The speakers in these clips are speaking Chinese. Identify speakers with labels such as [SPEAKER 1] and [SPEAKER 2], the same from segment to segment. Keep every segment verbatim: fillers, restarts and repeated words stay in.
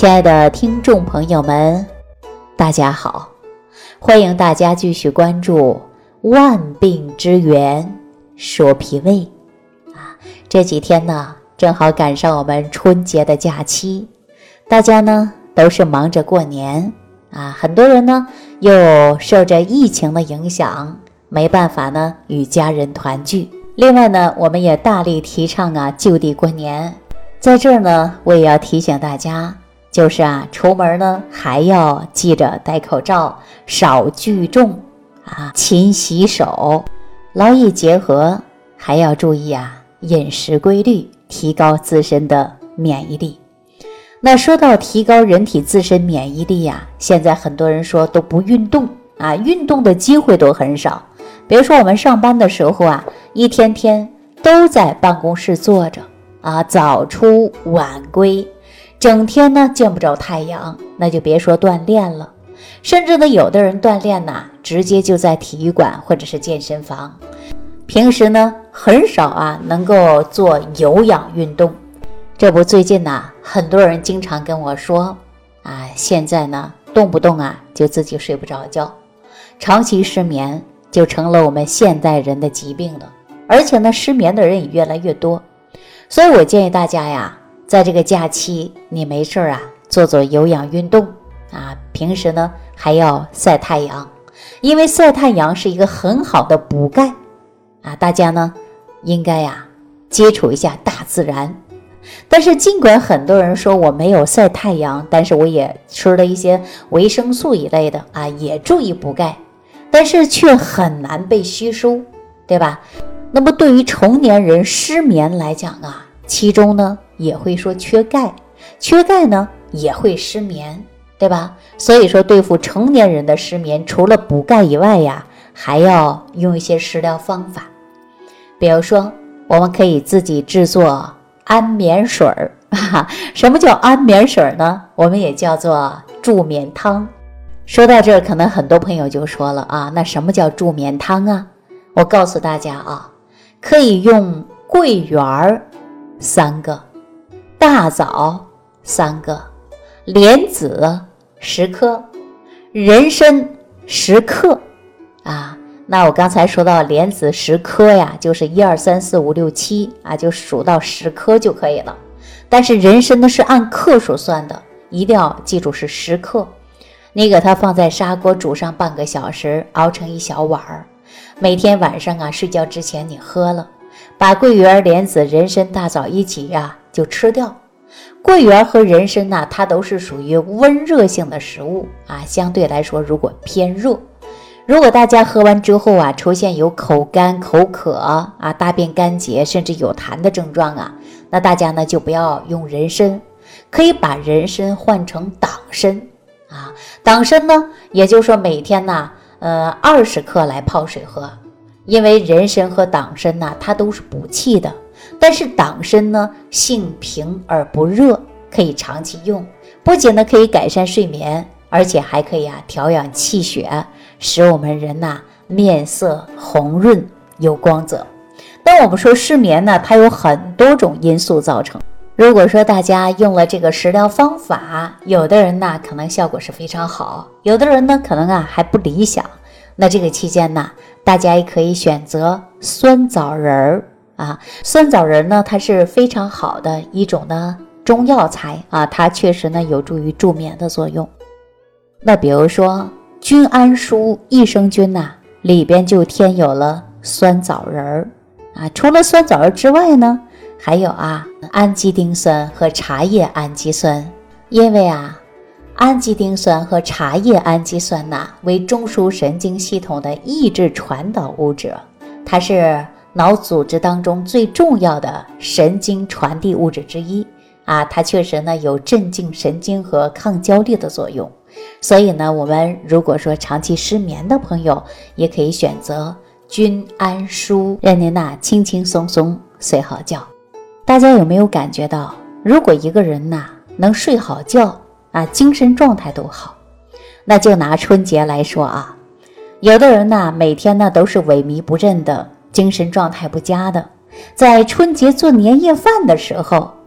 [SPEAKER 1] 亲爱的听众朋友们，大家好，欢迎大家继续关注万病之源说脾胃啊。这几天呢，正好赶上我们春节的假期，大家呢都是忙着过年啊，很多人呢又受着疫情的影响，没办法呢与家人团聚。另外呢，我们也大力提倡啊就地过年。在这儿呢，我也要提醒大家，就是啊，出门呢还要记着戴口罩，少聚众啊，勤洗手，劳逸结合，还要注意啊饮食规律，提高自身的免疫力。那说到提高人体自身免疫力呀、啊，现在很多人说都不运动啊，运动的机会都很少。比如说我们上班的时候啊，一天天都在办公室坐着啊，早出晚归，整天呢见不着太阳，那就别说锻炼了。甚至呢，有的人锻炼呢，直接就在体育馆或者是健身房。平时呢，很少啊能够做有氧运动。这不最近呢，很多人经常跟我说啊，现在呢动不动啊就自己睡不着觉，长期失眠就成了我们现代人的疾病了。而且呢，失眠的人也越来越多。所以我建议大家呀，在这个假期你没事啊做做有氧运动啊，平时呢还要晒太阳，因为晒太阳是一个很好的补钙啊。大家呢应该呀接触一下大自然。但是尽管很多人说我没有晒太阳，但是我也吃了一些维生素一类的啊，也注意补钙，但是却很难被吸收，对吧？那么对于成年人失眠来讲啊，其中呢也会说缺钙，缺钙呢也会失眠，对吧？所以说对付成年人的失眠，除了补钙以外呀，还要用一些食疗方法。比如说我们可以自己制作安眠水儿，什么叫安眠水呢？我们也叫做助眠汤。说到这儿，可能很多朋友就说了啊，那什么叫助眠汤啊？我告诉大家啊，可以用桂圆三个，大枣三个，莲子十颗，人参十克啊。那我刚才说到莲子十颗呀，就是一二三四五六七啊，就数到十颗就可以了。但是人参呢是按克数算的，一定要记住是十克。你给它放在砂锅煮上半个小时，熬成一小碗儿。每天晚上啊睡觉之前你喝了，把桂圆、莲子、人参、大枣一起啊就吃掉。桂圆和人参呢、啊，它都是属于温热性的食物啊，相对来说如果偏热。如果大家喝完之后啊，出现有口干、口渴啊、大便干结，甚至有痰的症状啊，那大家呢就不要用人参，可以把人参换成党参啊。党参呢，也就是说每天呢，呃，二十克来泡水喝，因为人参和党参呢，它都是补气的，但是党参呢性平而不热，可以长期用，不仅呢可以改善睡眠，而且还可以啊调养气血，使我们人呐、啊、面色红润有光泽。但我们说失眠呢，它有很多种因素造成。如果说大家用了这个食疗方法，有的人呢可能效果是非常好，有的人呢可能啊还不理想。那这个期间呢，大家也可以选择酸枣仁儿啊，酸枣仁呢它是非常好的一种呢中药材啊，它确实呢有助于助眠的作用。那比如说君安舒益生菌呐、啊，里边就添有了酸枣仁儿啊。除了酸枣仁之外呢，还有啊氨基丁酸和茶叶氨基酸。因为啊氨基丁酸和茶叶氨基酸呐、啊，为中枢神经系统的抑制传导物质，它是脑组织当中最重要的神经传递物质之一啊。它确实呢有镇静神经和抗焦虑的作用。所以呢，我们如果说长期失眠的朋友，也可以选择君安舒，让您呐轻轻松松睡好觉。大家有没有感觉到，如果一个人呐能睡好觉啊，精神状态都好。那就拿春节来说啊，有的人呢每天呢都是萎靡不振的，精神状态不佳的，在春节做年夜饭的时候，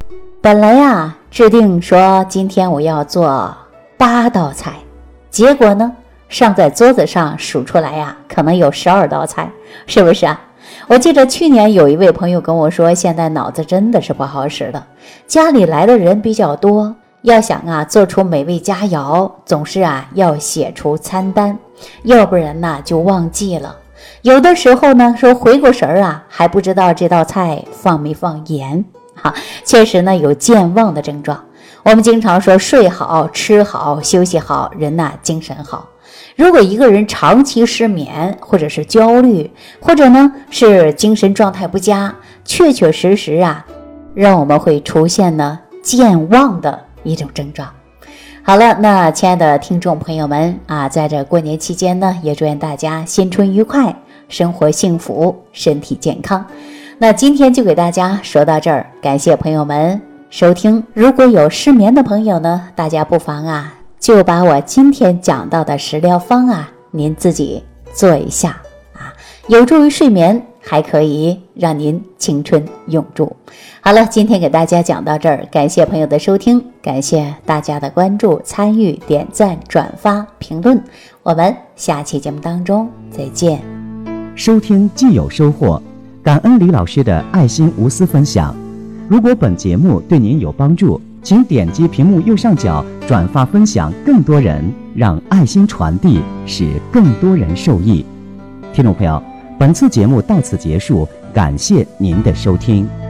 [SPEAKER 1] 本来呀制定说今天我要做八道菜，结果呢上在桌子上数出来呀可能有十二道菜，是不是啊？我记得去年有一位朋友跟我说，现在脑子真的是不好使的，家里来的人比较多，要想啊做出美味佳肴，总是啊要写出餐单，要不然呢就忘记了。有的时候呢说回过神儿啊，还不知道这道菜放没放盐哈，确实呢有健忘的症状。我们经常说睡好吃好休息好，人呐精神好。如果一个人长期失眠，或者是焦虑，或者呢是精神状态不佳，确确实实啊让我们会出现呢健忘的一种症状。好了，那亲爱的听众朋友们啊，在这过年期间呢，也祝愿大家新春愉快，生活幸福，身体健康。那今天就给大家说到这儿，感谢朋友们收听。如果有失眠的朋友呢，大家不妨啊就把我今天讲到的食疗方啊您自己做一下啊，有助于睡眠，还可以让您青春永驻。好了，今天给大家讲到这儿，感谢朋友的收听，感谢大家的关注、参与、点赞、转发、评论，我们下期节目当中再见。
[SPEAKER 2] 收听既有收获，感恩李老师的爱心无私分享。如果本节目对您有帮助，请点击屏幕右上角转发分享，更多人，让爱心传递，使更多人受益。听众朋友，本次节目到此结束，感谢您的收听。